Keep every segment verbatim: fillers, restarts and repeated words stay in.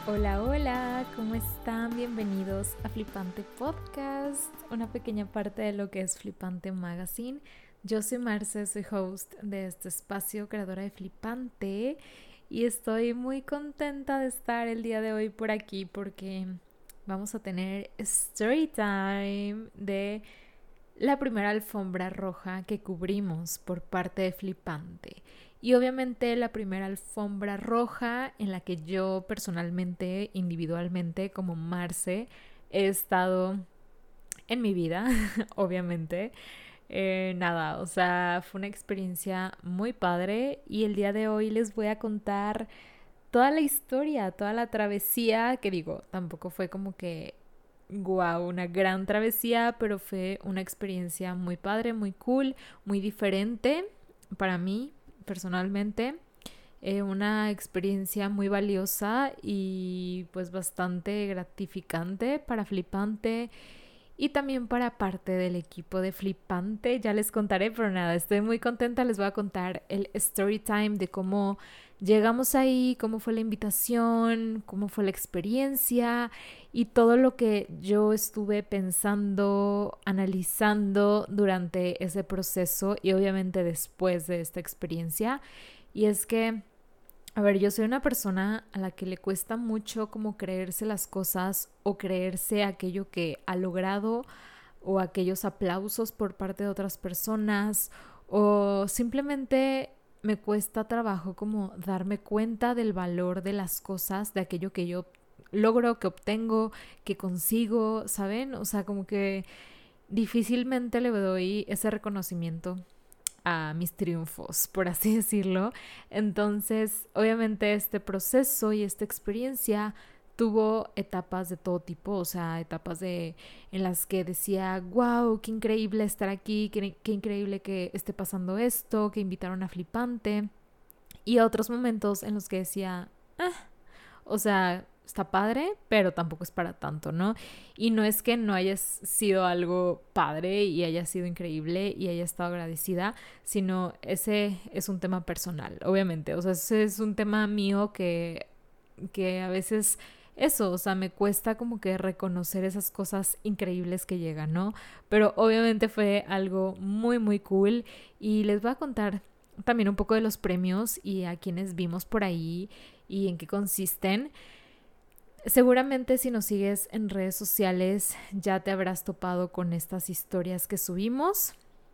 Hola, hola, ¿cómo están? Bienvenidos a Flipante Podcast, una pequeña parte de lo que es Flipante Magazine. Yo soy Marce, soy host de este espacio, creadora de Flipante, y estoy muy contenta de estar el día de hoy por aquí porque vamos a tener story time de la primera alfombra roja que cubrimos por parte de Flipante. Y obviamente la primera alfombra roja en la que yo personalmente, individualmente, como Marce, he estado en mi vida, obviamente. Eh, nada, o sea, fue una experiencia muy padre y el día de hoy les voy a contar toda la historia, toda la travesía, que digo, tampoco fue como que wow, una gran travesía, pero fue una experiencia muy padre, muy cool, muy diferente para mí personalmente. Eh, una experiencia muy valiosa y pues bastante gratificante para Flipante y también para parte del equipo de Flipante. Ya les contaré, pero nada, estoy muy contenta. Les voy a contar el story time de cómo llegamos ahí, cómo fue la invitación, cómo fue la experiencia y todo lo que yo estuve pensando, analizando durante ese proceso y obviamente después de esta experiencia. Y es que a ver, yo soy una persona a la que le cuesta mucho como creerse las cosas o creerse aquello que ha logrado o aquellos aplausos por parte de otras personas o simplemente me cuesta trabajo como darme cuenta del valor de las cosas, de aquello que yo logro, que obtengo, que consigo, ¿saben? O sea, como que difícilmente le doy ese reconocimiento a mis triunfos, por así decirlo. Entonces, obviamente este proceso y esta experiencia tuvo etapas de todo tipo, o sea, etapas de en las que decía, wow, qué increíble estar aquí, qué, qué increíble que esté pasando esto, que invitaron a Flipante, y otros momentos en los que decía, ah, o sea, está padre, pero tampoco es para tanto, ¿no? Y no es que no haya sido algo padre y haya sido increíble y haya estado agradecida, sino ese es un tema personal, obviamente. O sea, ese es un tema mío que, que a veces eso, o sea, me cuesta como que reconocer esas cosas increíbles que llegan, ¿no? Pero obviamente fue algo muy, muy cool y les voy a contar también un poco de los premios y a quienes vimos por ahí y en qué consisten. Seguramente si nos sigues en redes sociales ya te habrás topado con estas historias que subimos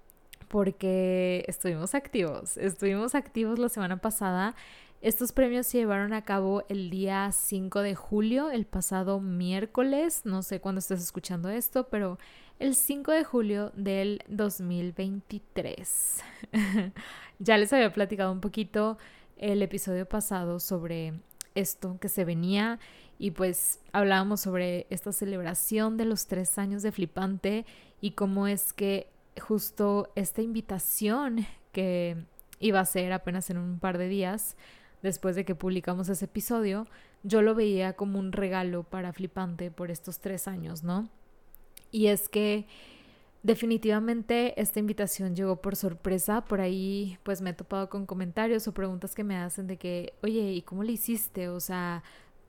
porque estuvimos activos, estuvimos activos la semana pasada. Estos premios se llevaron a cabo el día cinco de julio, el pasado miércoles, no sé cuándo estés escuchando esto, pero el cinco de julio del dos mil veintitrés. Ya les había platicado un poquito el episodio pasado sobre esto que se venía y pues hablábamos sobre esta celebración de los tres años de Flipante y cómo es que justo esta invitación que iba a ser apenas en un par de días después de que publicamos ese episodio, yo lo veía como un regalo para Flipante por estos tres años, ¿no? Y es que definitivamente esta invitación llegó por sorpresa. Por ahí pues me he topado con comentarios o preguntas que me hacen de que, oye, ¿y cómo le hiciste? O sea,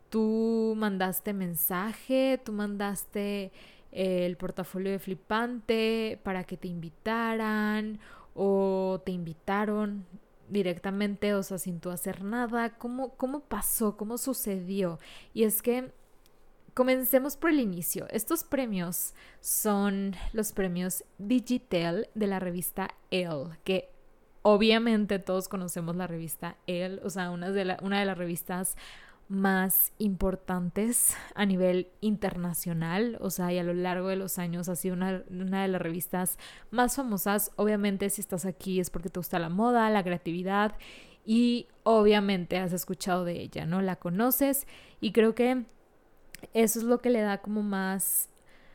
tú mandaste mensaje, tú mandaste eh, el portafolio de Flipante para que te invitaran o te invitaron directamente, o sea, sin tú hacer nada. ¿Cómo, cómo pasó? ¿Cómo sucedió? Y es que comencemos por el inicio. Estos premios son los premios Digital de la revista Elle, que obviamente todos conocemos la revista Elle, o sea, una de, la, una de las revistas más importantes a nivel internacional, o sea, y a lo largo de los años ha sido una, una de las revistas más famosas. Obviamente si estás aquí es porque te gusta la moda, la creatividad y obviamente has escuchado de ella, ¿no? La conoces y creo que eso es lo que le da como más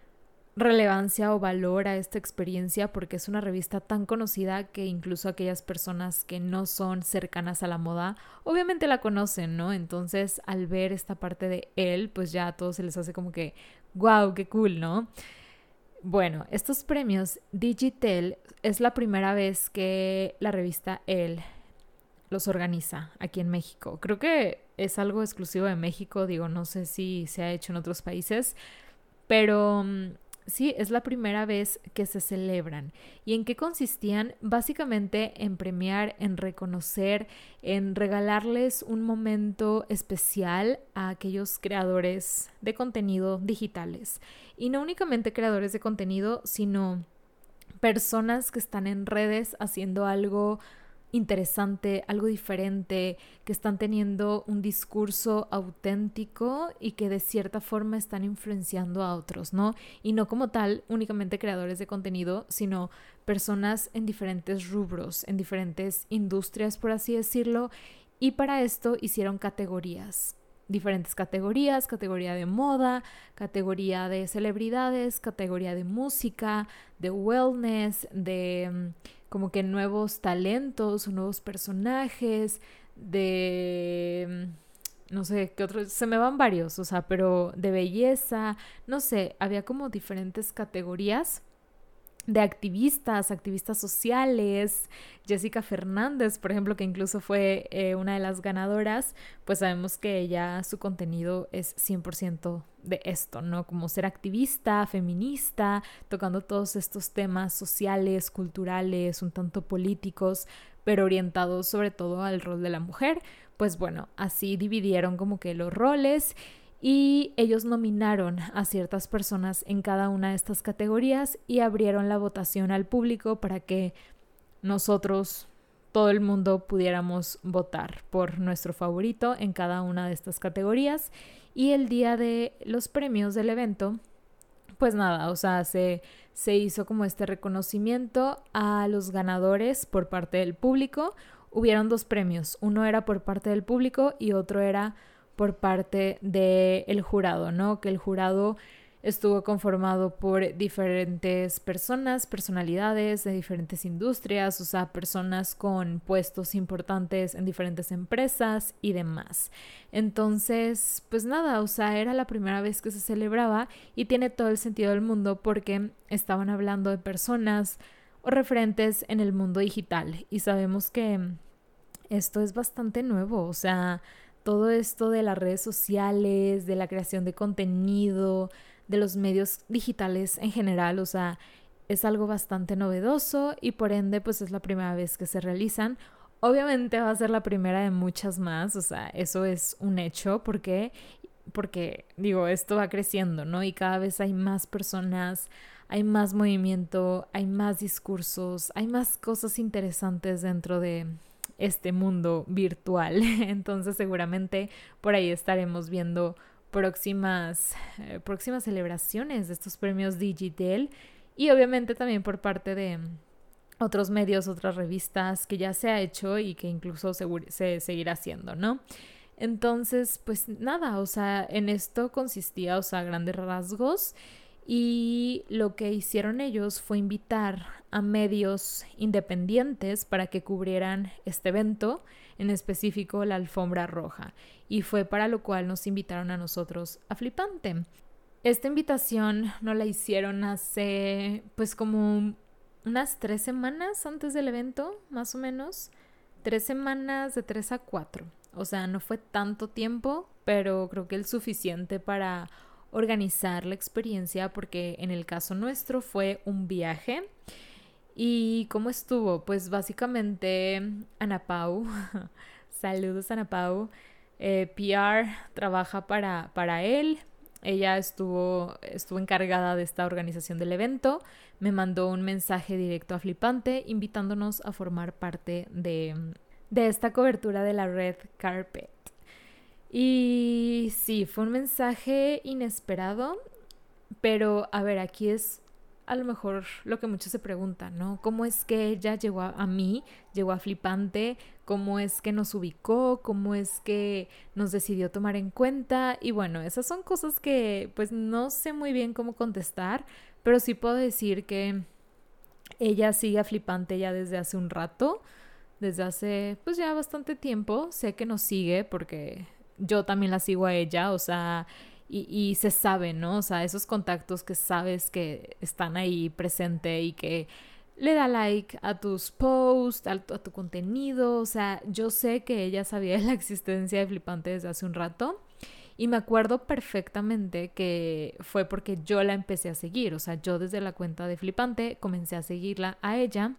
relevancia o valor a esta experiencia porque es una revista tan conocida que incluso aquellas personas que no son cercanas a la moda obviamente la conocen, ¿no? Entonces al ver esta parte de él pues ya a todos se les hace como que wow, qué cool, ¿no? Bueno, estos premios Digital es la primera vez que la revista Elle los organiza aquí en México. Creo que es algo exclusivo de México, digo, no sé si se ha hecho en otros países, pero um, sí, es la primera vez que se celebran. ¿Y en qué consistían? Básicamente en premiar, en reconocer, en regalarles un momento especial a aquellos creadores de contenido digitales. Y no únicamente creadores de contenido, sino personas que están en redes haciendo algo interesante, algo diferente, que están teniendo un discurso auténtico y que de cierta forma están influenciando a otros, ¿no? Y no como tal únicamente creadores de contenido, sino personas en diferentes rubros, en diferentes industrias, por así decirlo, y para esto hicieron categorías. Diferentes categorías, categoría de moda, categoría de celebridades, categoría de música, de wellness, de como que nuevos talentos, nuevos personajes, de no sé qué otros, se me van varios, o sea, pero de belleza, no sé, había como diferentes categorías de activistas, activistas sociales. Jessica Fernández, por ejemplo, que incluso fue eh, una de las ganadoras, pues sabemos que ella, su contenido es cien por ciento de esto, ¿no? Como ser activista, feminista, tocando todos estos temas sociales, culturales, un tanto políticos, pero orientados sobre todo al rol de la mujer. Pues bueno, así dividieron como que los roles y ellos nominaron a ciertas personas en cada una de estas categorías y abrieron la votación al público para que nosotros, todo el mundo, pudiéramos votar por nuestro favorito en cada una de estas categorías. Y el día de los premios del evento, pues nada, o sea, se, se hizo como este reconocimiento a los ganadores por parte del público. Hubieron dos premios, uno era por parte del público y otro era por parte del jurado, ¿no? Que el jurado estuvo conformado por diferentes personas, personalidades de diferentes industrias, o sea, personas con puestos importantes en diferentes empresas y demás. Entonces, pues nada, o sea, era la primera vez que se celebraba y tiene todo el sentido del mundo porque estaban hablando de personas o referentes en el mundo digital y sabemos que esto es bastante nuevo, o sea, todo esto de las redes sociales, de la creación de contenido, de los medios digitales en general, o sea, es algo bastante novedoso y por ende pues es la primera vez que se realizan. Obviamente va a ser la primera de muchas más, o sea, eso es un hecho, porque porque digo, esto va creciendo, ¿no? Y cada vez hay más personas, hay más movimiento, hay más discursos, hay más cosas interesantes dentro de este mundo virtual. Entonces seguramente por ahí estaremos viendo próximas, eh, próximas celebraciones de estos premios Digital y obviamente también por parte de otros medios, otras revistas que ya se ha hecho y que incluso segura, se seguirá haciendo, ¿no? Entonces, pues nada, o sea, en esto consistía, o sea, grandes rasgos. Y lo que hicieron ellos fue invitar a medios independientes para que cubrieran este evento, en específico la alfombra roja. Y fue para lo cual nos invitaron a nosotros a Flipante. Esta invitación nos la hicieron hace pues como unas tres semanas antes del evento, más o menos. Tres semanas de tres a cuatro. O sea, no fue tanto tiempo, pero creo que el suficiente para organizar la experiencia, porque en el caso nuestro fue un viaje. ¿Y cómo estuvo? Pues básicamente Ana Pau, saludos Ana Pau, eh, P R trabaja para, para él. Ella estuvo, estuvo encargada de esta organización del evento. Me mandó un mensaje directo a Flipante invitándonos a formar parte de, de esta cobertura de la Red Carpet. Y sí, fue un mensaje inesperado, pero a ver, aquí es a lo mejor lo que muchos se preguntan, ¿no? ¿Cómo es que ella llegó a, a mí, llegó a Flipante? ¿Cómo es que nos ubicó? ¿Cómo es que nos decidió tomar en cuenta? Y bueno, esas son cosas que pues no sé muy bien cómo contestar, pero sí puedo decir que ella sigue a Flipante ya desde hace un rato, desde hace pues ya bastante tiempo. Sé que nos sigue porque yo también la sigo a ella, o sea, y, y se sabe, ¿no? O sea, esos contactos que sabes que están ahí presente y que le da like a tus posts, a tu, a tu contenido. O sea, yo sé que ella sabía de la existencia de Flipante desde hace un rato. Y me acuerdo perfectamente que fue porque yo la empecé a seguir. O sea, yo desde la cuenta de Flipante comencé a seguirla a ella.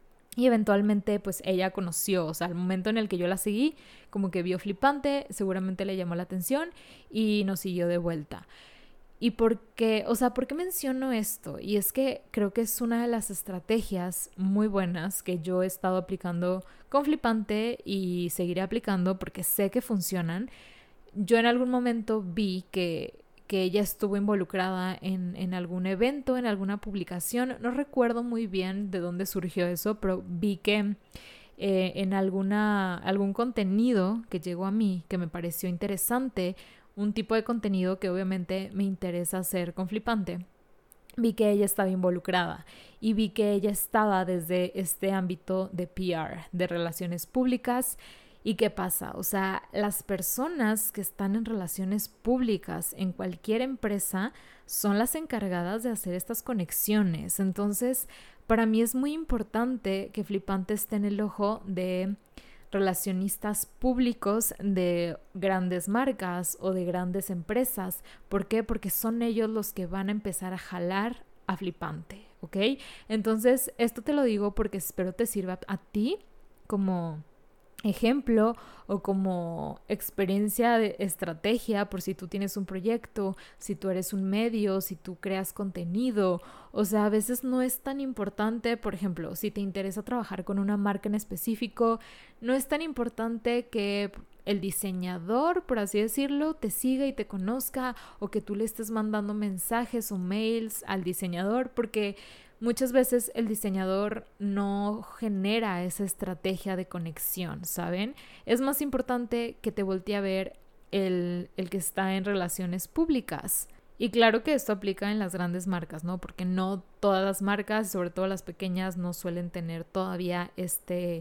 Y eventualmente pues ella conoció, o sea, al momento en el que yo la seguí, como que vio Flipante, seguramente le llamó la atención y nos siguió de vuelta. ¿Y por qué? O sea, ¿por qué menciono esto? Y es que creo que es una de las estrategias muy buenas que yo he estado aplicando con Flipante y seguiré aplicando porque sé que funcionan. Yo en algún momento vi que, que ella estuvo involucrada en, en algún evento, en alguna publicación. No recuerdo muy bien de dónde surgió eso, pero vi que eh, en alguna, algún contenido que llegó a mí, que me pareció interesante, un tipo de contenido que obviamente me interesa hacer con Flipante, vi que ella estaba involucrada y vi que ella estaba desde este ámbito de P R, de relaciones públicas. ¿Y qué pasa? O sea, las personas que están en relaciones públicas en cualquier empresa son las encargadas de hacer estas conexiones. Entonces, para mí es muy importante que Flipante esté en el ojo de relacionistas públicos de grandes marcas o de grandes empresas. ¿Por qué? Porque son ellos los que van a empezar a jalar a Flipante, ¿ok? Entonces, esto te lo digo porque espero te sirva a ti como ejemplo o como experiencia de estrategia por si tú tienes un proyecto, si tú eres un medio, si tú creas contenido. O sea, a veces no es tan importante, por ejemplo, si te interesa trabajar con una marca en específico, no es tan importante que el diseñador, por así decirlo, te siga y te conozca o que tú le estés mandando mensajes o mails al diseñador, porque muchas veces el diseñador no genera esa estrategia de conexión, ¿saben? Es más importante que te voltee a ver el, el que está en relaciones públicas. Y claro que esto aplica en las grandes marcas, ¿no? Porque no todas las marcas, sobre todo las pequeñas, no suelen tener todavía este...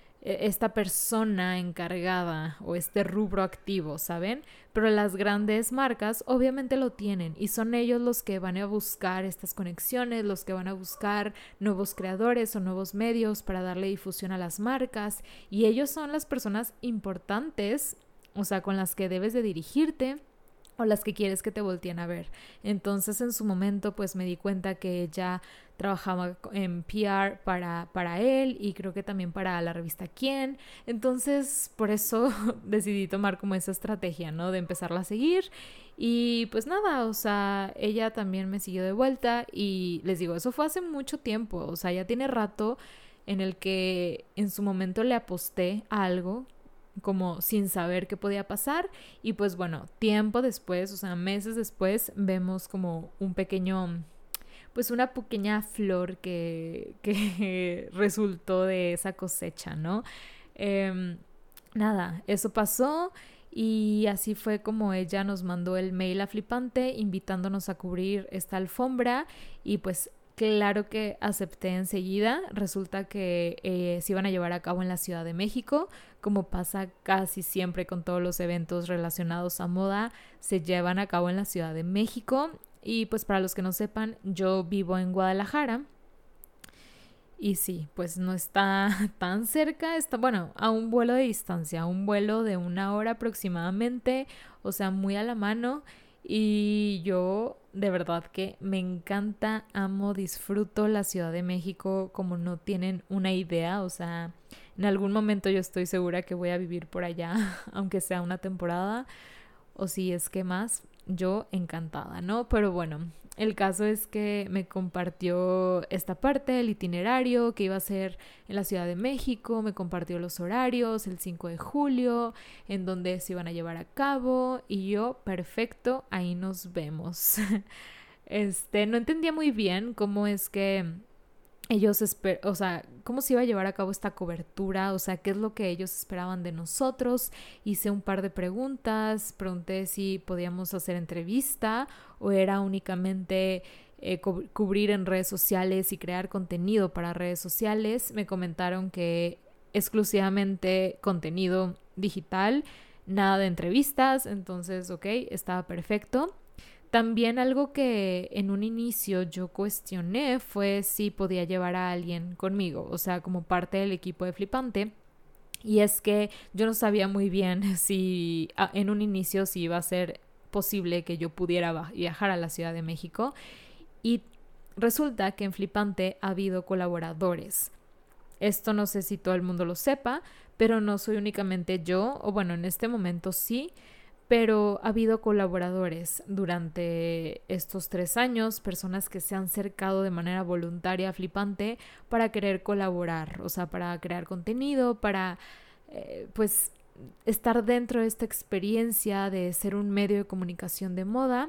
esta persona encargada o este rubro activo, ¿saben? Pero las grandes marcas obviamente lo tienen y son ellos los que van a buscar estas conexiones, los que van a buscar nuevos creadores o nuevos medios para darle difusión a las marcas, y ellos son las personas importantes, o sea, con las que debes de dirigirte o las que quieres que te volteen a ver. Entonces en su momento pues me di cuenta que ella trabajaba en P R para, para él y creo que también para la revista Quién. Entonces por eso decidí tomar como esa estrategia, ¿no? De empezarla a seguir. Y pues nada, o sea, ella también me siguió de vuelta y les digo, eso fue hace mucho tiempo. O sea, ya tiene rato en el que en su momento le aposté a algo como sin saber qué podía pasar, y pues bueno, tiempo después, o sea, meses después, vemos como un pequeño, pues una pequeña flor que, que resultó de esa cosecha, ¿no? Eh, nada, eso pasó y así fue como ella nos mandó el mail a Flipante invitándonos a cubrir esta alfombra, y pues claro que acepté enseguida. Resulta que eh, se iban a llevar a cabo en la Ciudad de México, como pasa casi siempre con todos los eventos relacionados a moda, se llevan a cabo en la Ciudad de México. Y pues para los que no sepan, yo vivo en Guadalajara. Y sí, pues no está tan cerca, está, bueno, a un vuelo de distancia, a un vuelo de una hora aproximadamente, o sea, muy a la mano. Y yo de verdad que me encanta, amo, disfruto la Ciudad de México como no tienen una idea. O sea, en algún momento yo estoy segura que voy a vivir por allá, aunque sea una temporada, o si es que más, yo encantada, ¿no? Pero bueno, el caso es que me compartió esta parte, el itinerario que iba a ser en la Ciudad de México, me compartió los horarios, el cinco de julio, en donde se iban a llevar a cabo, y yo, perfecto, ahí nos vemos. Este, no entendía muy bien cómo es que ellos, esper- o sea, cómo se iba a llevar a cabo esta cobertura, o sea, qué es lo que ellos esperaban de nosotros. Hice un par de preguntas, pregunté si podíamos hacer entrevista o era únicamente eh, cu- cubrir en redes sociales y crear contenido para redes sociales. Me comentaron que exclusivamente contenido digital, nada de entrevistas, entonces, ok, estaba perfecto. también algo que en un inicio yo cuestioné fue si podía llevar a alguien conmigo, o sea, como parte del equipo de Flipante. Y es que yo no sabía muy bien si en un inicio si iba a ser posible que yo pudiera viajar a la Ciudad de México. Y resulta que en Flipante ha habido colaboradores. Esto no sé si todo el mundo lo sepa, pero no soy únicamente yo, o bueno, en este momento sí, pero ha habido colaboradores durante estos tres años, personas que se han acercado de manera voluntaria a Flipante para querer colaborar, o sea, para crear contenido, para eh, pues estar dentro de esta experiencia de ser un medio de comunicación de moda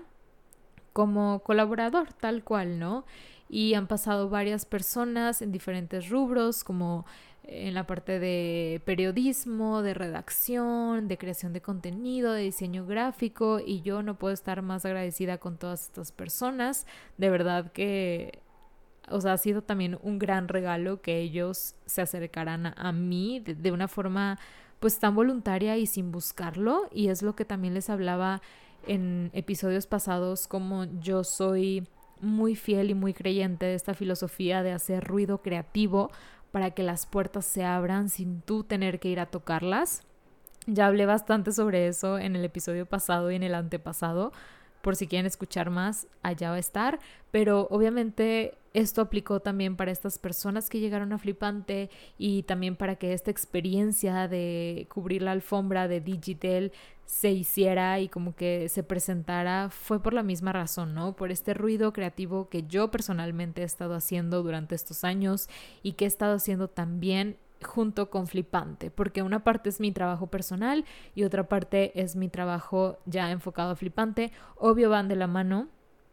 como colaborador, tal cual, ¿no? Y han pasado varias personas en diferentes rubros, como en la parte de periodismo, de redacción, de creación de contenido, de diseño gráfico, y yo no puedo estar más agradecida con todas estas personas. De verdad que, o sea, ha sido también un gran regalo que ellos se acercaran a, a mí de, de una forma pues tan voluntaria y sin buscarlo, y es lo que también les hablaba en episodios pasados, como yo soy muy fiel y muy creyente de esta filosofía de hacer ruido creativo para que las puertas se abran sin tú tener que ir a tocarlas. Ya hablé bastante sobre eso en el episodio pasado y en el antepasado. Por si quieren escuchar más, allá va a estar. Pero obviamente esto aplicó también para estas personas que llegaron a Flipante y también para que esta experiencia de cubrir la alfombra de Digital se hiciera y como que se presentara, fue por la misma razón, ¿no? Por este ruido creativo que yo personalmente he estado haciendo durante estos años y que he estado haciendo también junto con Flipante, porque una parte es mi trabajo personal y otra parte es mi trabajo ya enfocado a Flipante. Obvio van de la mano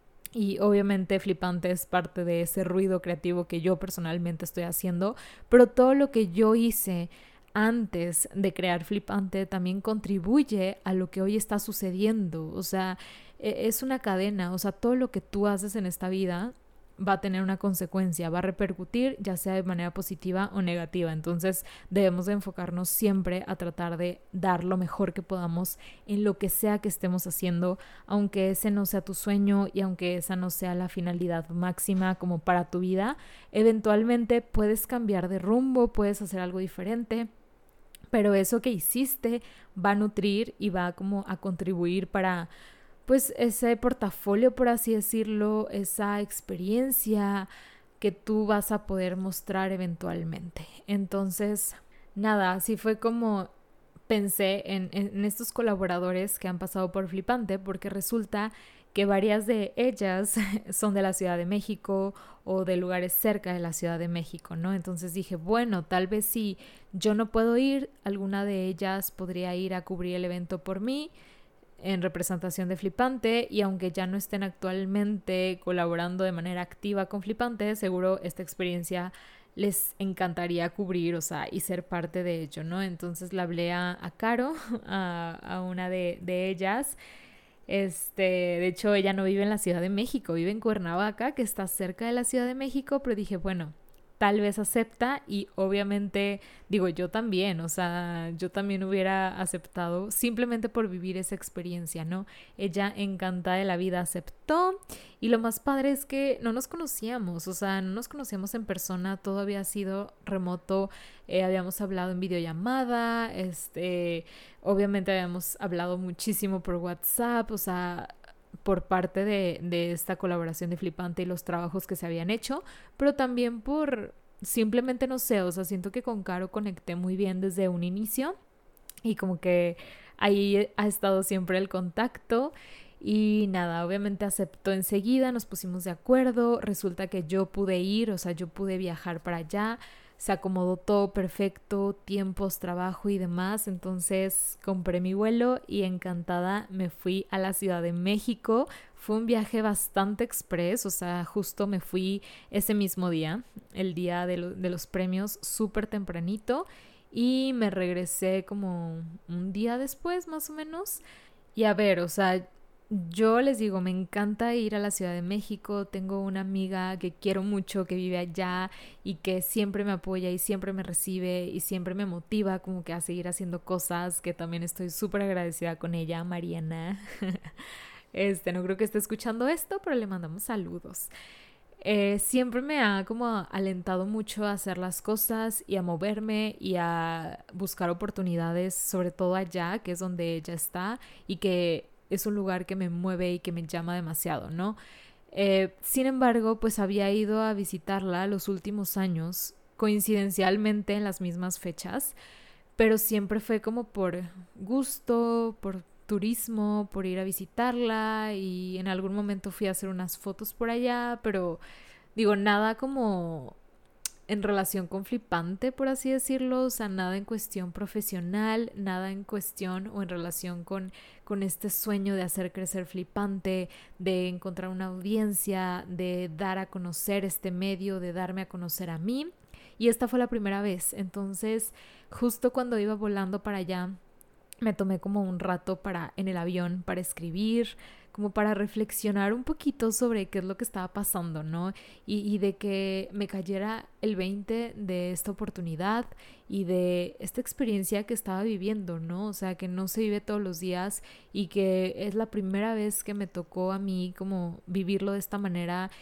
y obviamente Flipante es parte de ese ruido creativo que yo personalmente estoy haciendo, pero todo lo que yo hice antes de crear Flipante también contribuye a lo que hoy está sucediendo. O sea, es una cadena, o sea, todo lo que tú haces en esta vida va a tener una consecuencia, va a repercutir ya sea de manera positiva o negativa. Entonces debemos de enfocarnos siempre a tratar de dar lo mejor que podamos en lo que sea que estemos haciendo, aunque ese no sea tu sueño y aunque esa no sea la finalidad máxima como para tu vida. Eventualmente puedes cambiar de rumbo, puedes hacer algo diferente, pero eso que hiciste va a nutrir y va como a contribuir para pues ese portafolio, por así decirlo, esa experiencia que tú vas a poder mostrar eventualmente. Entonces, nada, así fue como pensé en, en estos colaboradores que han pasado por Flipante, porque resulta que varias de ellas son de la Ciudad de México o de lugares cerca de la Ciudad de México, ¿no? Entonces dije, bueno, tal vez si yo no puedo ir, alguna de ellas podría ir a cubrir el evento por mí en representación de Flipante, y aunque ya no estén actualmente colaborando de manera activa con Flipante, seguro esta experiencia les encantaría cubrir, o sea, y ser parte de ello, ¿no? Entonces le hablé a, a Caro, a, a una de, de ellas. Este, de hecho, ella no vive en la Ciudad de México, vive en Cuernavaca, que está cerca de la Ciudad de México, pero dije, bueno, tal vez acepta, y obviamente digo, yo también, o sea, yo también hubiera aceptado simplemente por vivir esa experiencia, ¿no? Ella encantada de la vida aceptó, y lo más padre es que no nos conocíamos, o sea, no nos conocíamos en persona, todo había sido remoto, eh, habíamos hablado en videollamada, este, obviamente habíamos hablado muchísimo por WhatsApp, o sea, por parte de, de esta colaboración de Flipante y los trabajos que se habían hecho, pero también por simplemente, no sé, o sea, siento que con Caro conecté muy bien desde un inicio y como que ahí ha estado siempre el contacto. Y nada, obviamente aceptó enseguida, nos pusimos de acuerdo, resulta que yo pude ir, o sea, yo pude viajar para allá, se acomodó todo perfecto, tiempos, trabajo y demás, entonces compré mi vuelo y encantada me fui a la Ciudad de México. Fue un viaje bastante express, o sea, justo me fui ese mismo día, el día de, lo, de los premios, súper tempranito, y me regresé como un día después más o menos. Y a ver, o sea, yo les digo, me encanta ir a la Ciudad de México, tengo una amiga que quiero mucho que vive allá y que siempre me apoya y siempre me recibe y siempre me motiva como que a seguir haciendo cosas, que también estoy súper agradecida con ella, Mariana. Este, no creo que esté escuchando esto, pero le mandamos saludos. Eh, siempre me ha como alentado mucho a hacer las cosas y a moverme y a buscar oportunidades, sobre todo allá, que es donde ella está y que es un lugar que me mueve y que me llama demasiado, ¿no? Eh, sin embargo, pues había ido a visitarla los últimos años, coincidencialmente en las mismas fechas, pero siempre fue como por gusto, por turismo, por ir a visitarla y en algún momento fui a hacer unas fotos por allá, pero digo, nada como en relación con Flipante, por así decirlo, o sea, nada en cuestión profesional, nada en cuestión o en relación con, con este sueño de hacer crecer Flipante, de encontrar una audiencia, de dar a conocer este medio, de darme a conocer a mí. Y esta fue la primera vez, entonces justo cuando iba volando para allá, me tomé como un rato para en el avión para escribir, como para reflexionar un poquito sobre qué es lo que estaba pasando, ¿no? Y, y de que me cayera el veinte de esta oportunidad y de esta experiencia que estaba viviendo, ¿no? O sea, que no se vive todos los días y que es la primera vez que me tocó a mí como vivirlo de esta manera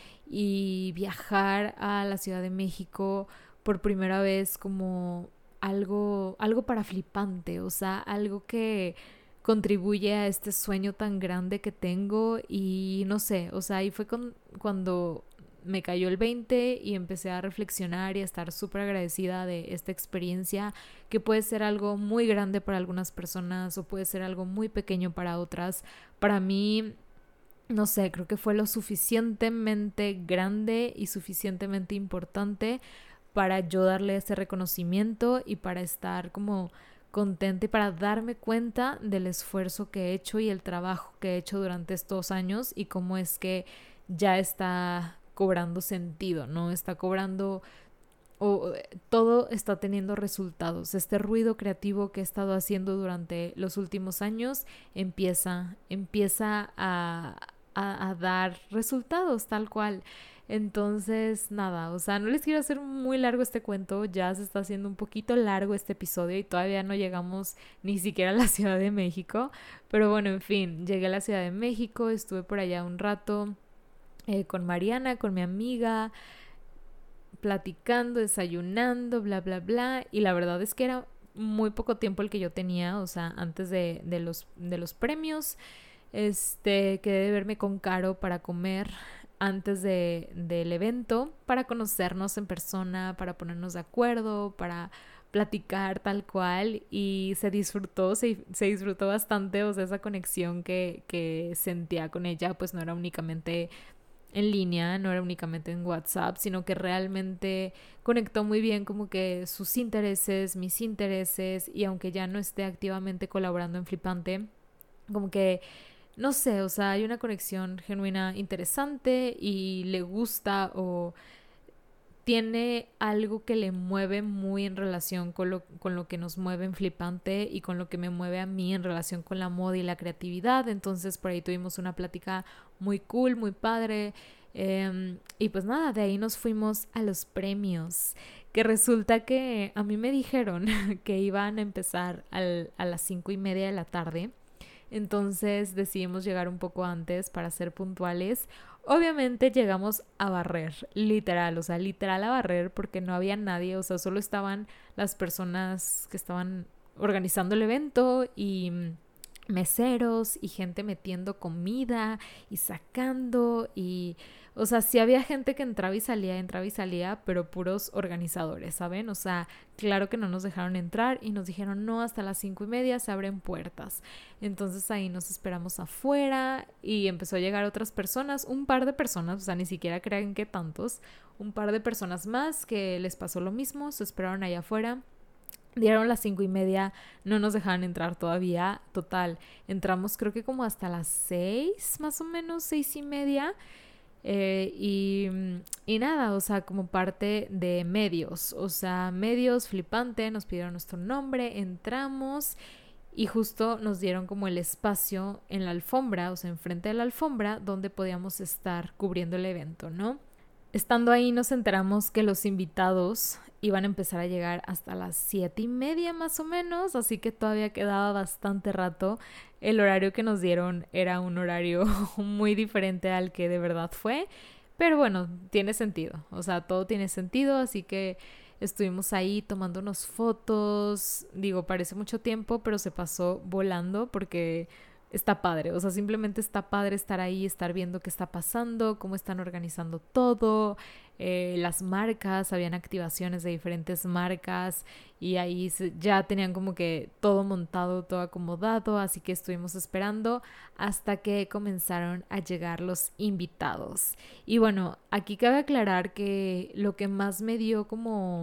y viajar a la Ciudad de México por primera vez como algo, algo para Flipante, o sea, algo que contribuye a este sueño tan grande que tengo y no sé, o sea, ahí fue con, cuando me cayó el veinte y empecé a reflexionar y a estar súper agradecida de esta experiencia que puede ser algo muy grande para algunas personas o puede ser algo muy pequeño para otras. Para mí, no sé, creo que fue lo suficientemente grande y suficientemente importante para yo darle ese reconocimiento y para estar como contenta y para darme cuenta del esfuerzo que he hecho y el trabajo que he hecho durante estos años y cómo es que ya está cobrando sentido, ¿no? Está cobrando o todo está teniendo resultados. Este ruido creativo que he estado haciendo durante los últimos años empieza, empieza a, a, a dar resultados tal cual. Entonces, nada, o sea, no les quiero hacer muy largo este cuento, ya se está haciendo un poquito largo este episodio y todavía no llegamos ni siquiera a la Ciudad de México, pero bueno, en fin, llegué a la Ciudad de México, estuve por allá un rato eh, con Mariana, con mi amiga, platicando, desayunando, bla, bla, bla, y la verdad es que era muy poco tiempo el que yo tenía, o sea, antes de, de, los, de los premios, este, quedé de verme con Caro para comer antes de, del evento, para conocernos en persona, para ponernos de acuerdo, para platicar tal cual, y se disfrutó, se, se disfrutó bastante, o sea, esa conexión que, que sentía con ella, pues no era únicamente en línea, no era únicamente en WhatsApp, sino que realmente conectó muy bien como que sus intereses, mis intereses, y aunque ya no esté activamente colaborando en Flipante, como que no sé, o sea, hay una conexión genuina interesante y le gusta o tiene algo que le mueve muy en relación con lo, con lo que nos mueve en Flipante y con lo que me mueve a mí en relación con la moda y la creatividad. Entonces por ahí tuvimos una plática muy cool, muy padre. Eh, y pues nada, de ahí nos fuimos a los premios, que resulta que a mí me dijeron que iban a empezar al, a las cinco y media de la tarde. Entonces decidimos llegar un poco antes para ser puntuales. Obviamente llegamos a barrer, literal, o sea, literal a barrer porque no había nadie, o sea, solo estaban las personas que estaban organizando el evento y meseros y gente metiendo comida y sacando y... O sea, sí había gente que entraba y salía, entraba y salía, pero puros organizadores, ¿saben? O sea, claro que no nos dejaron entrar y nos dijeron, no, hasta las cinco y media se abren puertas. Entonces ahí nos esperamos afuera y empezó a llegar otras personas, un par de personas, o sea, ni siquiera crean que tantos, un par de personas más que les pasó lo mismo, se esperaron allá afuera. Dieron las cinco y media, no nos dejaban entrar todavía, total, entramos creo que como hasta las seis, más o menos, seis y media. Eh, y, y nada, o sea, como parte de medios, o sea, medios Flipante, nos pidieron nuestro nombre, entramos y justo nos dieron como el espacio en la alfombra, o sea, enfrente de la alfombra, donde podíamos estar cubriendo el evento, ¿no? Estando ahí nos enteramos que los invitados iban a empezar a llegar hasta las siete y media más o menos, así que todavía quedaba bastante rato. El horario que nos dieron era un horario muy diferente al que de verdad fue, pero bueno, tiene sentido, o sea, todo tiene sentido, así que estuvimos ahí tomándonos fotos. Digo, parece mucho tiempo, pero se pasó volando porque está padre, o sea, simplemente está padre estar ahí, estar viendo qué está pasando, cómo están organizando todo, eh, las marcas, habían activaciones de diferentes marcas y ahí se, ya tenían como que todo montado, todo acomodado, así que estuvimos esperando hasta que comenzaron a llegar los invitados. Y bueno, aquí cabe aclarar que lo que más me dio como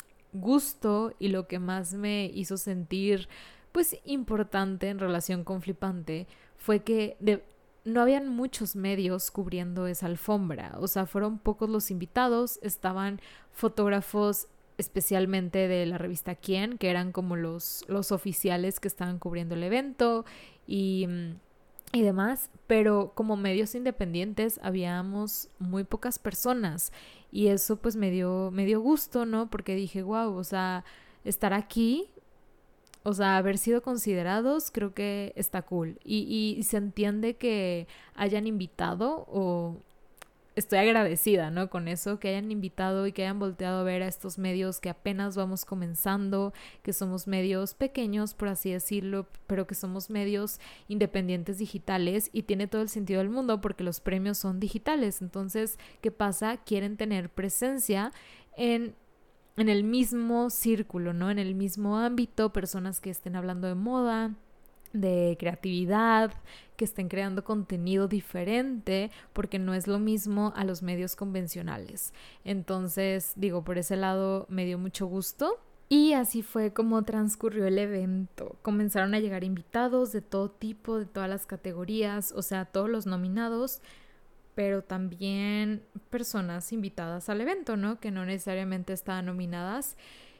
gusto y lo que más me hizo sentir pues importante en relación con Flipante fue que de, no habían muchos medios cubriendo esa alfombra, o sea, fueron pocos los invitados, estaban fotógrafos especialmente de la revista Quién, que eran como los, los oficiales que estaban cubriendo el evento y, y demás, pero como medios independientes habíamos muy pocas personas y eso pues me dio, me dio gusto, ¿no? Porque dije, wow, o sea, estar aquí, o sea, haber sido considerados, creo que está cool. Y, y, y se entiende que hayan invitado, o estoy agradecida, ¿no? Con eso, que hayan invitado y que hayan volteado a ver a estos medios que apenas vamos comenzando, que somos medios pequeños, por así decirlo, pero que somos medios independientes digitales, y tiene todo el sentido del mundo porque los premios son digitales. Entonces, ¿qué pasa? Quieren tener presencia en en el mismo círculo, ¿no? En el mismo ámbito, personas que estén hablando de moda, de creatividad, que estén creando contenido diferente, porque no es lo mismo a los medios convencionales. Entonces, digo, por ese lado me dio mucho gusto. Y así fue como transcurrió el evento. Comenzaron a llegar invitados de todo tipo, de todas las categorías, o sea, todos los nominados, pero también personas invitadas al evento, ¿no? Que no necesariamente estaban nominadas.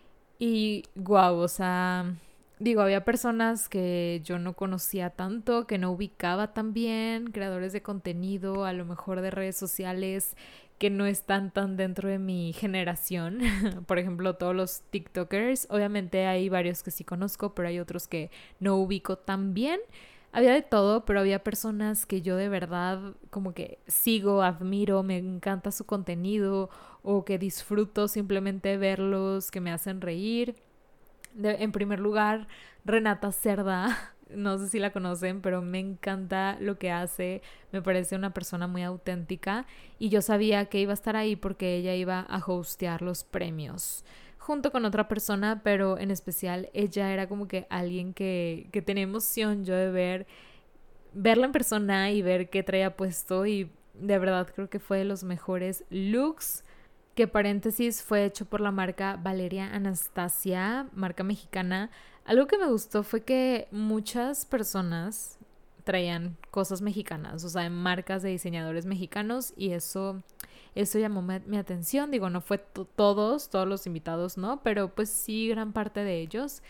Y guau, o sea, digo, había personas que yo no conocía tanto, que no ubicaba tan bien, creadores de contenido, a lo mejor de redes sociales, que no están tan dentro de mi generación. Por ejemplo, todos los TikTokers. Obviamente hay varios que sí conozco, pero hay otros que no ubico tan bien. Había de todo, pero había personas que yo de verdad como que sigo, admiro, me encanta su contenido, o que disfruto simplemente verlos, que me hacen reír. De, en primer lugar, Renata Cerda, no sé si la conocen, pero me encanta lo que hace, me parece una persona muy auténtica, y yo sabía que iba a estar ahí porque ella iba a hostear los premios junto con otra persona, pero en especial ella era como que alguien que, que tenía emoción yo de ver, verla en persona y ver qué traía puesto, y de verdad creo que fue de los mejores looks, que paréntesis fue hecho por la marca Valeria Anastasia, marca mexicana. Algo que me gustó fue que muchas personas traían cosas mexicanas, o sea, en marcas de diseñadores mexicanos, y eso... Eso llamó mi, mi atención. Digo, no fue to- todos, todos los invitados, ¿no? Pero pues sí, gran parte de ellos.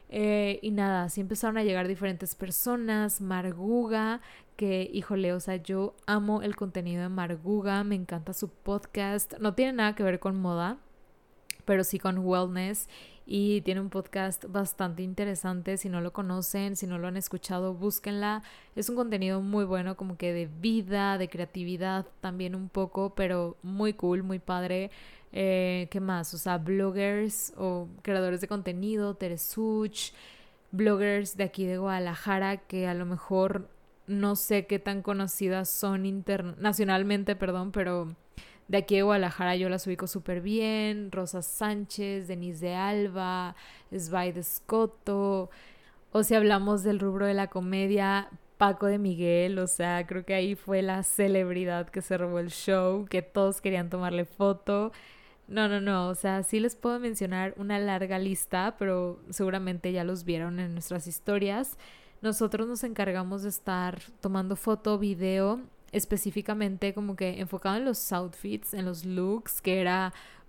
Eh, y nada, así empezaron a llegar diferentes personas. Marguga, que híjole, o sea, yo amo el contenido de Marguga, me encanta su podcast. No tiene nada que ver con moda, pero sí con wellness, y tiene un podcast bastante interesante. Si no lo conocen, si no lo han escuchado, búsquenla. Es un contenido muy bueno, como que de vida, de creatividad también un poco, pero muy cool, muy padre. Eh, ¿qué más? O sea, bloggers o creadores de contenido, Teresuch, bloggers de aquí de Guadalajara, que a lo mejor no sé qué tan conocidas son internacionalmente, perdón, pero de aquí de Guadalajara yo las ubico súper bien. Rosa Sánchez, Denise de Alba, Svay de Scotto. O si hablamos del rubro de la comedia, Paco de Miguel. O sea, creo que ahí fue la celebridad que se robó el show, que todos querían tomarle foto. No, no, no, o sea, sí les puedo mencionar una larga lista, pero seguramente ya los vieron en nuestras historias. Nosotros nos encargamos de estar tomando foto, video, específicamente como que enfocado en los outfits, en los looks, que era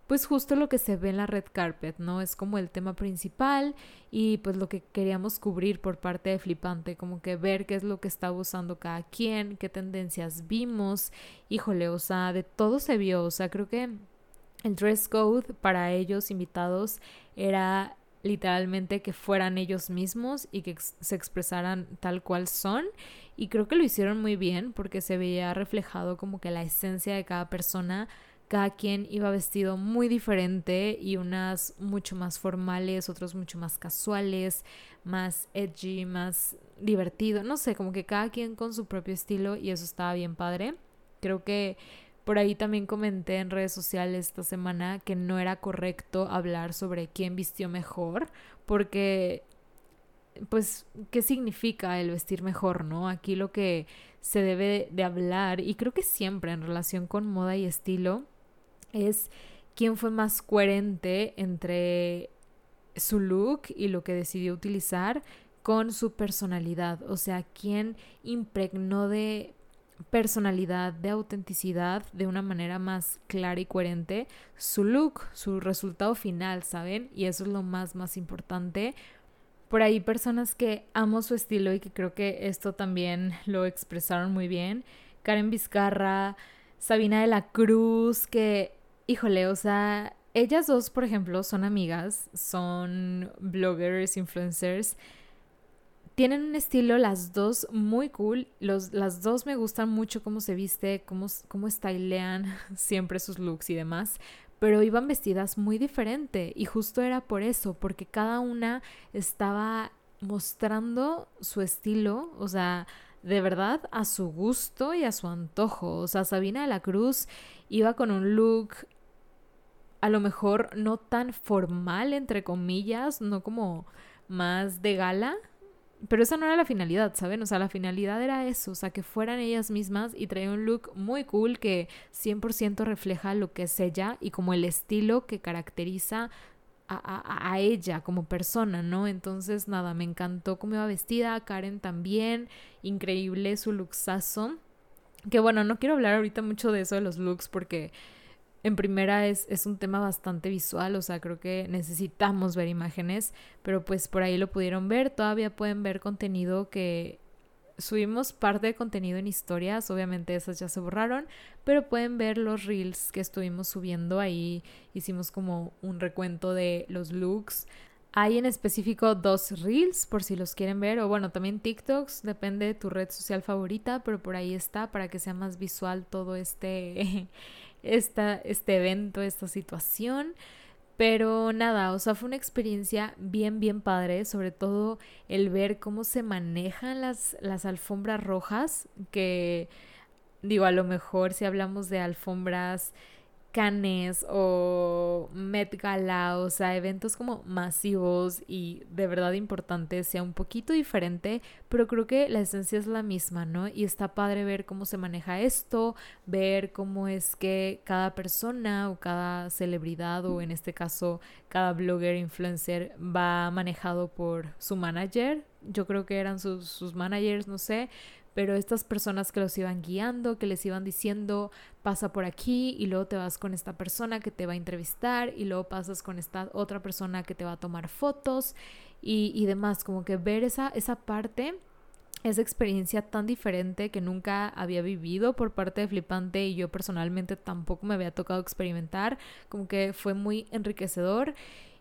pues justo lo que se ve en la red carpet, ¿no? Es como el tema principal y pues lo que queríamos cubrir por parte de Flipante, como que ver qué es lo que estaba usando cada quien, qué tendencias vimos, híjole, o sea, de todo se vio, o sea, creo que el dress code para ellos invitados era literalmente que fueran ellos mismos y que ex- se expresaran tal cual son, y creo que lo hicieron muy bien porque se veía reflejado como que la esencia de cada persona. Cada quien iba vestido muy diferente y unas mucho más formales, otros mucho más casuales, más edgy, más divertido, no sé, como que cada quien con su propio estilo, y eso estaba bien padre. Creo que por ahí también comenté en redes sociales esta semana que no era correcto hablar sobre quién vistió mejor, porque pues, ¿qué significa el vestir mejor, no? Aquí lo que se debe de, de hablar, y creo que siempre en relación con moda y estilo, es quién fue más coherente entre su look y lo que decidió utilizar con su personalidad. O sea, quién impregnó de personalidad, de autenticidad, de una manera más clara y coherente su look, su resultado final, ¿saben? Y eso es lo más, más importante. Por ahí personas que amo su estilo y que creo que esto también lo expresaron muy bien. Karen Vizcarra, Sabina de la Cruz, que, híjole, o sea, ellas dos, por ejemplo, son amigas, son bloggers, influencers. Tienen un estilo las dos muy cool. Los, las dos me gustan mucho cómo se viste, cómo, cómo stylean siempre sus looks y demás. Pero iban vestidas muy diferente y justo era por eso, porque cada una estaba mostrando su estilo, o sea, de verdad a su gusto y a su antojo. O sea, Sabina de la Cruz iba con un look a lo mejor no tan formal, entre comillas, no como más de gala, pero esa no era la finalidad, ¿saben? O sea, la finalidad era eso, o sea, que fueran ellas mismas, y traía un look muy cool que cien por ciento refleja lo que es ella y como el estilo que caracteriza a, a, a ella como persona, ¿no? Entonces, nada, me encantó cómo iba vestida. Karen también, increíble su luxazo. Que bueno, no quiero hablar ahorita mucho de eso de los looks porque en primera es, es un tema bastante visual, o sea, creo que necesitamos ver imágenes, pero pues por ahí lo pudieron ver. Todavía pueden ver contenido que subimos, parte de contenido en historias, obviamente esas ya se borraron, pero pueden ver los reels que estuvimos subiendo. Ahí hicimos como un recuento de los looks. Hay en específico dos reels por si los quieren ver, o bueno, también TikToks, depende de tu red social favorita, pero por ahí está para que sea más visual todo este, esta, este evento, esta situación. Pero nada, o sea, fue una experiencia bien, bien padre, sobre todo el ver cómo se manejan las, las alfombras rojas, que digo, a lo mejor si hablamos de alfombras Cannes o Met Gala, o sea, eventos como masivos y de verdad importantes, sea un poquito diferente, pero creo que la esencia es la misma, ¿no? Y está padre ver cómo se maneja esto, ver cómo es que cada persona o cada celebridad, o en este caso cada blogger, influencer, va manejado por su manager. Yo creo que eran sus, sus managers, no sé, pero estas personas que los iban guiando, que les iban diciendo, pasa por aquí y luego te vas con esta persona que te va a entrevistar y luego pasas con esta otra persona que te va a tomar fotos y, y demás, como que ver esa, esa parte, esa experiencia tan diferente que nunca había vivido por parte de Flipante, y yo personalmente tampoco me había tocado experimentar, como que fue muy enriquecedor.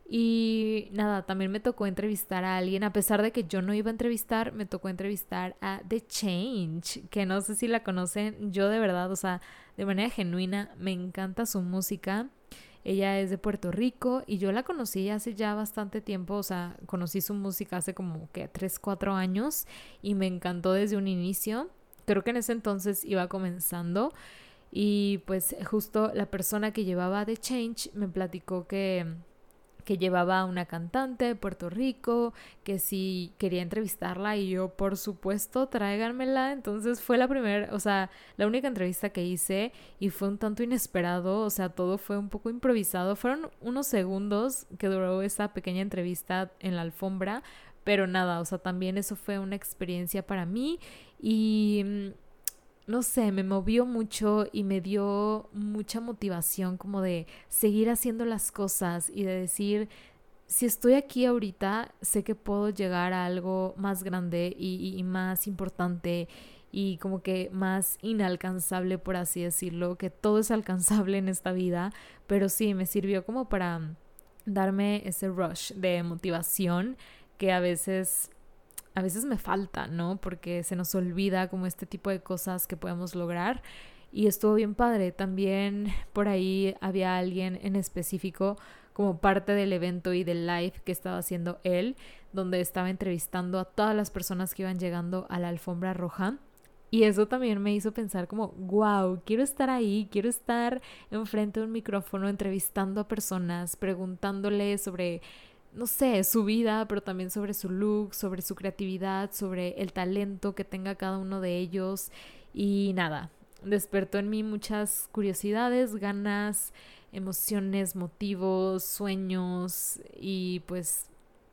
Y nada, también me tocó entrevistar a alguien, a pesar de que yo no iba a entrevistar, me tocó entrevistar a The Change, que no sé si la conocen. Yo de verdad, o sea, de manera genuina, me encanta su música. Ella es de Puerto Rico y yo la conocí hace ya bastante tiempo, o sea, conocí su música hace como que tres, cuatro años y me encantó desde un inicio. Creo que en ese entonces iba comenzando y pues justo la persona que llevaba The Change me platicó que que llevaba a una cantante de Puerto Rico, que si quería entrevistarla, y yo, por supuesto, tráiganmela. Entonces fue la primera, o sea, la única entrevista que hice, y fue un tanto inesperado, o sea, todo fue un poco improvisado. Fueron unos segundos que duró esa pequeña entrevista en la alfombra, pero nada, o sea, también eso fue una experiencia para mí. Y no sé, me movió mucho y me dio mucha motivación como de seguir haciendo las cosas y de decir, si estoy aquí ahorita, sé que puedo llegar a algo más grande y, y, y más importante y como que más inalcanzable, por así decirlo, que todo es alcanzable en esta vida, pero sí, me sirvió como para darme ese rush de motivación que a veces a veces me falta, ¿no? Porque se nos olvida como este tipo de cosas que podemos lograr. Y estuvo bien padre. También por ahí había alguien en específico como parte del evento y del live que estaba haciendo él, donde estaba entrevistando a todas las personas que iban llegando a la alfombra roja. Y eso también me hizo pensar como, wow, quiero estar ahí, quiero estar enfrente de un micrófono entrevistando a personas, preguntándoles sobre, no sé, su vida, pero también sobre su look, sobre su creatividad, sobre el talento que tenga cada uno de ellos. Y nada, despertó en mí muchas curiosidades, ganas, emociones, motivos, sueños y pues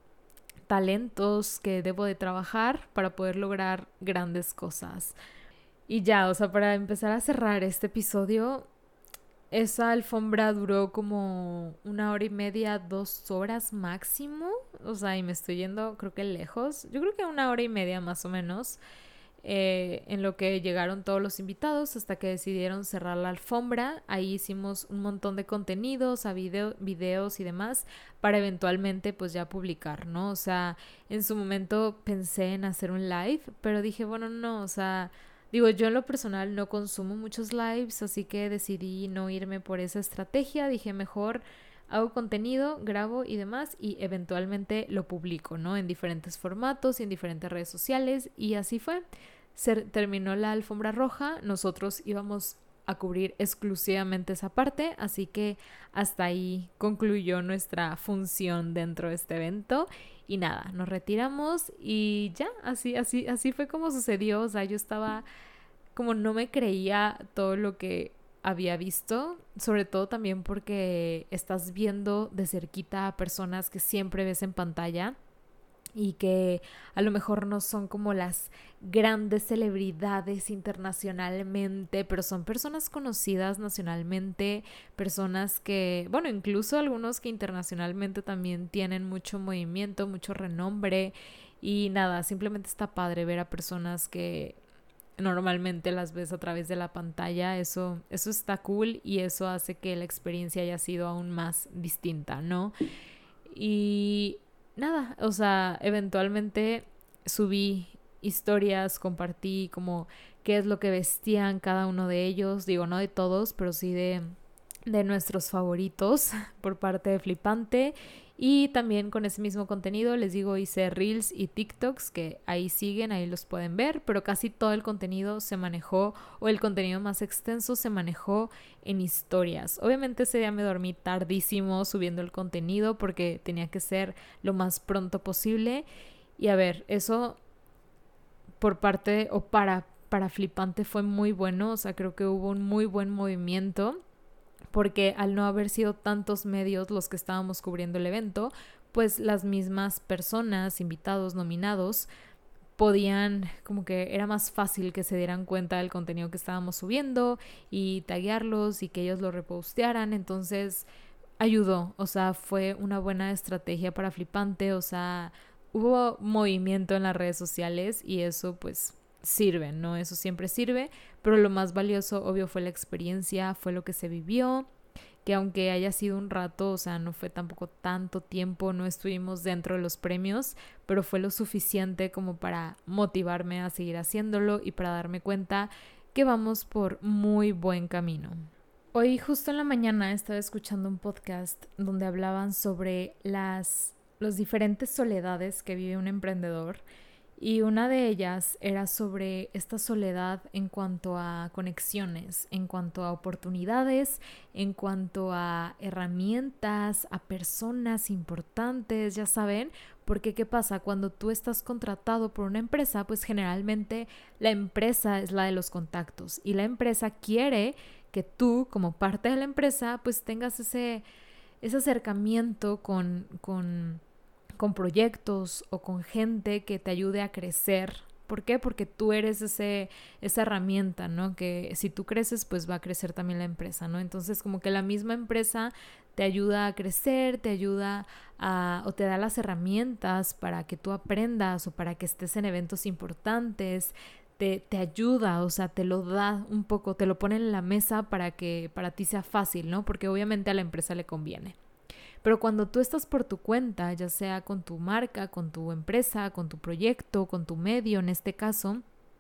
talentos que debo de trabajar para poder lograr grandes cosas. Y ya, o sea, para empezar a cerrar este episodio, esa alfombra duró como una hora y media, dos horas máximo. O sea, y me estoy yendo, creo que lejos. Yo creo que una hora y media más o menos. Eh, en lo que llegaron todos los invitados hasta que decidieron cerrar la alfombra. Ahí hicimos un montón de contenidos, a video, videos y demás para eventualmente pues ya publicar, ¿no? O sea, en su momento pensé en hacer un live, pero dije, bueno, no, o sea... Digo, yo en lo personal no consumo muchos lives, así que decidí no irme por esa estrategia. Dije, mejor hago contenido, grabo y demás y eventualmente lo publico, ¿no? En diferentes formatos y en diferentes redes sociales y así fue. Se terminó la alfombra roja, nosotros íbamos a cubrir exclusivamente esa parte, así que hasta ahí concluyó nuestra función dentro de este evento. Y nada, nos retiramos y ya, así, así, así fue como sucedió. O sea, yo estaba como no me creía todo lo que había visto, sobre todo también porque estás viendo de cerquita a personas que siempre ves en pantalla y que a lo mejor no son como las grandes celebridades internacionalmente, pero son personas conocidas nacionalmente, personas que, bueno, incluso algunos que internacionalmente también tienen mucho movimiento, mucho renombre y nada, simplemente está padre ver a personas que normalmente las ves a través de la pantalla. Eso, eso está cool y eso hace que la experiencia haya sido aún más distinta, ¿no? Y nada, o sea, eventualmente subí historias, compartí como qué es lo que vestían cada uno de ellos, digo, no de todos, pero sí de, de nuestros favoritos por parte de Flipante. Y también con ese mismo contenido, les digo, hice Reels y TikToks que ahí siguen, ahí los pueden ver, pero casi todo el contenido se manejó, o el contenido más extenso se manejó en historias. Obviamente ese día me dormí tardísimo subiendo el contenido porque tenía que ser lo más pronto posible. Y a ver, eso por parte o para, para Flipante fue muy bueno, o sea, creo que hubo un muy buen movimiento, porque al no haber sido tantos medios los que estábamos cubriendo el evento, pues las mismas personas, invitados, nominados, podían, como que era más fácil que se dieran cuenta del contenido que estábamos subiendo y taguearlos y que ellos lo repostearan. Entonces ayudó, o sea, fue una buena estrategia para Flipante, o sea, hubo movimiento en las redes sociales y eso pues sirve, ¿no? Eso siempre sirve, pero lo más valioso, obvio, fue la experiencia, fue lo que se vivió, que aunque haya sido un rato, o sea, no fue tampoco tanto tiempo, no estuvimos dentro de los premios, pero fue lo suficiente como para motivarme a seguir haciéndolo y para darme cuenta que vamos por muy buen camino. Hoy justo en la mañana estaba escuchando un podcast donde hablaban sobre las, las diferentes soledades que vive un emprendedor. Y una de ellas era sobre esta soledad en cuanto a conexiones, en cuanto a oportunidades, en cuanto a herramientas, a personas importantes, ya saben, porque ¿qué pasa? Cuando tú estás contratado por una empresa, pues generalmente la empresa es la de los contactos y la empresa quiere que tú, como parte de la empresa, pues tengas ese, ese acercamiento con... con con proyectos o con gente que te ayude a crecer ¿Por qué? Porque tú eres ese, esa herramienta, ¿no? Que si tú creces, pues va a crecer también la empresa, ¿no? Entonces, como que la misma empresa te ayuda a crecer, te ayuda a, o te da las herramientas para que tú aprendas o para que estés en eventos importantes, te, te ayuda, o sea, te lo da un poco, te lo pone en la mesa para que para ti sea fácil, ¿no? Porque obviamente a la empresa le conviene. Pero cuando tú estás por tu cuenta, ya sea con tu marca, con tu empresa, con tu proyecto, con tu medio en este caso,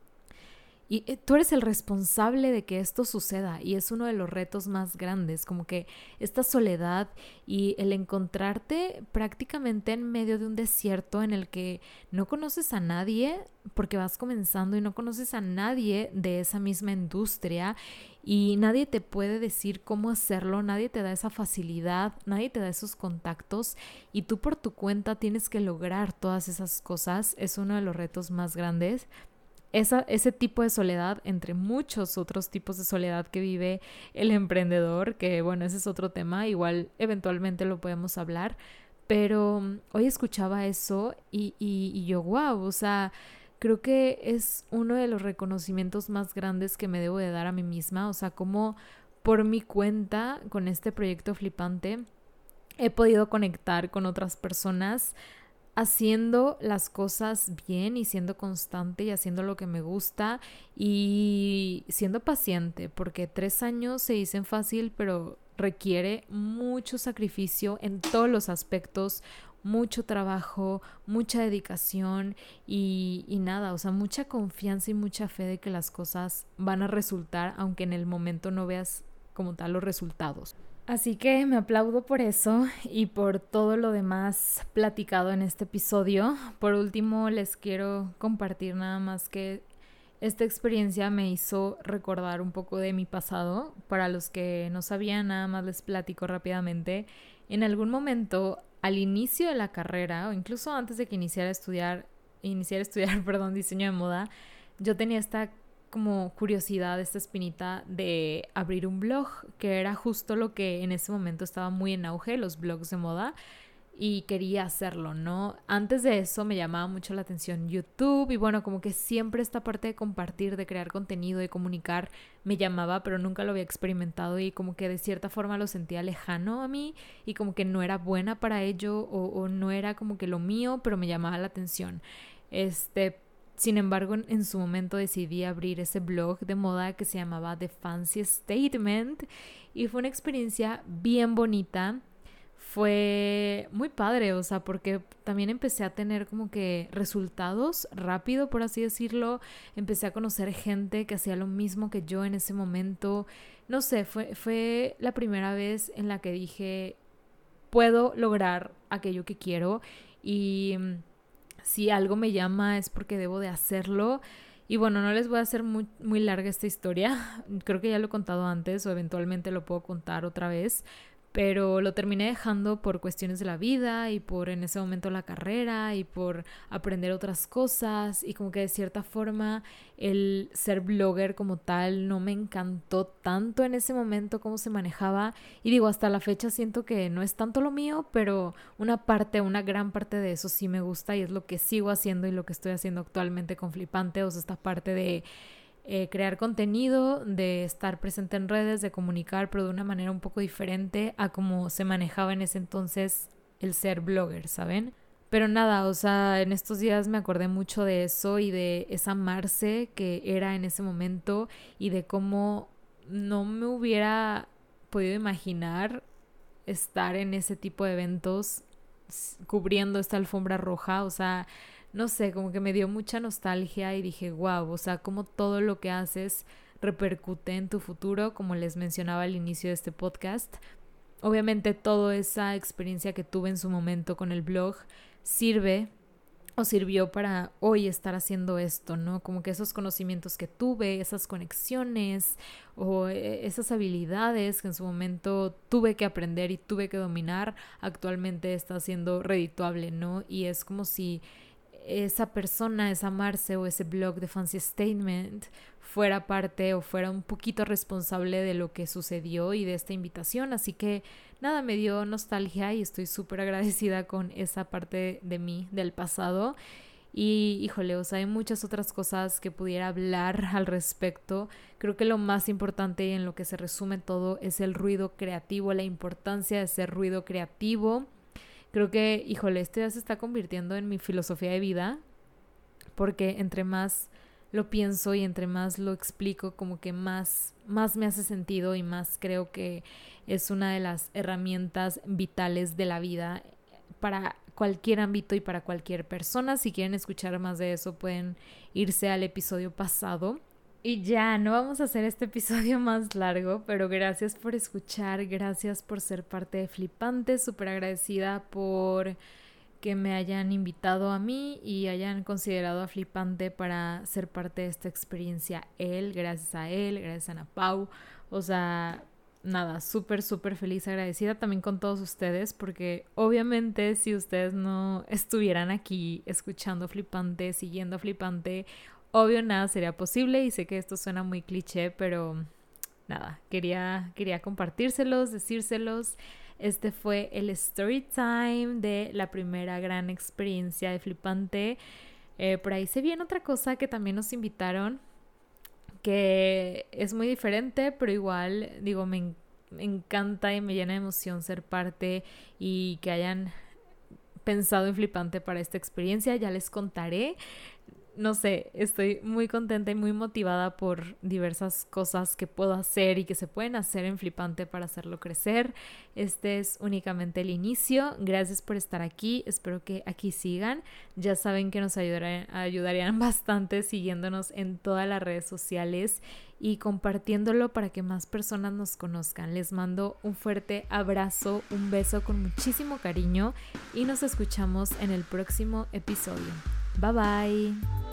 y tú eres el responsable de que esto suceda y es uno de los retos más grandes, como que esta soledad y el encontrarte prácticamente en medio de un desierto en el que no conoces a nadie porque vas comenzando y no conoces a nadie de esa misma industria y nadie te puede decir cómo hacerlo, nadie te da esa facilidad, nadie te da esos contactos y tú por tu cuenta tienes que lograr todas esas cosas, es uno de los retos más grandes. Esa, ese tipo de soledad, entre muchos otros tipos de soledad que vive el emprendedor, que bueno, ese es otro tema, igual eventualmente lo podemos hablar, pero um, hoy escuchaba eso y, y, y yo, wow, o sea, creo que es uno de los reconocimientos más grandes que me debo de dar a mí misma, o sea, como por mi cuenta con este proyecto flipante he podido conectar con otras personas haciendo las cosas bien y siendo constante y haciendo lo que me gusta y siendo paciente, porque tres años se dicen fácil, pero requiere mucho sacrificio en todos los aspectos, mucho trabajo, mucha dedicación y, y nada, o sea, mucha confianza y mucha fe de que las cosas van a resultar, aunque en el momento no veas como tal los resultados. Así que me aplaudo por eso y por todo lo demás platicado en este episodio. Por último, les quiero compartir nada más que esta experiencia me hizo recordar un poco de mi pasado. Para los que no sabían, nada más les platico rápidamente. En algún momento, al inicio de la carrera, o incluso antes de que iniciara a estudiar, iniciara a estudiar, perdón, diseño de moda, yo tenía esta como curiosidad, esta espinita de abrir un blog, que era justo lo que en ese momento estaba muy en auge, los blogs de moda, y quería hacerlo, ¿no? Antes de eso me llamaba mucho la atención YouTube y bueno, como que siempre esta parte de compartir, de crear contenido, de comunicar, me llamaba, pero nunca lo había experimentado y como que de cierta forma lo sentía lejano a mí y como que no era buena para ello o, o no era como que lo mío, pero me llamaba la atención. Este, Sin embargo, en, en su momento decidí abrir ese blog de moda que se llamaba The Fancy Statement y fue una experiencia bien bonita. Fue muy padre, o sea, porque también empecé a tener como que resultados rápido, por así decirlo. Empecé a conocer gente que hacía lo mismo que yo en ese momento. No sé, fue, fue la primera vez en la que dije, puedo lograr aquello que quiero y si algo me llama es porque debo de hacerlo. Y bueno, no les voy a hacer muy, muy larga esta historia. Creo que ya lo he contado antes o eventualmente lo puedo contar otra vez. Pero lo terminé dejando por cuestiones de la vida y por en ese momento la carrera y por aprender otras cosas y como que de cierta forma el ser blogger como tal no me encantó tanto en ese momento cómo se manejaba y digo hasta la fecha siento que no es tanto lo mío, pero una parte, una gran parte de eso sí me gusta y es lo que sigo haciendo y lo que estoy haciendo actualmente con Flipante, o sea, esta parte de Eh, crear contenido, de estar presente en redes, de comunicar, pero de una manera un poco diferente a cómo se manejaba en ese entonces el ser blogger, ¿saben? Pero nada, o sea, en estos días me acordé mucho de eso y de esa Marce que era en ese momento y de cómo no me hubiera podido imaginar estar en ese tipo de eventos cubriendo esta alfombra roja, o sea, no sé, como que me dio mucha nostalgia y dije, wow, o sea, como todo lo que haces repercute en tu futuro, como les mencionaba al inicio de este podcast. Obviamente toda esa experiencia que tuve en su momento con el blog sirve o sirvió para hoy estar haciendo esto, ¿no? Como que esos conocimientos que tuve, esas conexiones o esas habilidades que en su momento tuve que aprender y tuve que dominar, actualmente está siendo redituable, ¿no? Y es como si esa persona, esa Marce o ese blog de Fancy Statement fuera parte o fuera un poquito responsable de lo que sucedió y de esta invitación, así que nada, me dio nostalgia y estoy súper agradecida con esa parte de mí del pasado Y híjole, o sea, hay muchas otras cosas que pudiera hablar al respecto. Creo que lo más importante y en lo que se resume todo es el ruido creativo, la importancia de ser ruido creativo. Creo que, híjole, esto ya se está convirtiendo en mi filosofía de vida, porque entre más lo pienso y entre más lo explico, como que más, más me hace sentido y más creo que es una de las herramientas vitales de la vida para cualquier ámbito y para cualquier persona. Si quieren escuchar más de eso, pueden irse al episodio pasado. Y ya, no vamos a hacer este episodio más largo, pero gracias por escuchar, gracias por ser parte de Flipante, súper agradecida por que me hayan invitado a mí y hayan considerado a Flipante para ser parte de esta experiencia. Él, gracias a él, gracias a Ana Pau, o sea, nada, súper, súper feliz, agradecida también con todos ustedes, porque obviamente si ustedes no estuvieran aquí escuchando Flipante, siguiendo Flipante, obvio nada sería posible y sé que esto suena muy cliché, pero nada, quería, quería compartírselos, decírselos. Este fue el story time de la primera gran experiencia de Flipante. Eh, por ahí se viene otra cosa que también nos invitaron, que es muy diferente, pero igual, digo, me, me encanta y me llena de emoción ser parte y que hayan pensado en Flipante para esta experiencia. Ya les contaré. No sé, estoy muy contenta y muy motivada por diversas cosas que puedo hacer y que se pueden hacer en Flipante para hacerlo crecer. Este es únicamente el inicio. Gracias por estar aquí. Espero que aquí sigan. Ya saben que nos ayudarían, ayudarían bastante siguiéndonos en todas las redes sociales y compartiéndolo para que más personas nos conozcan. Les mando un fuerte abrazo, un beso con muchísimo cariño y nos escuchamos en el próximo episodio. Bye bye.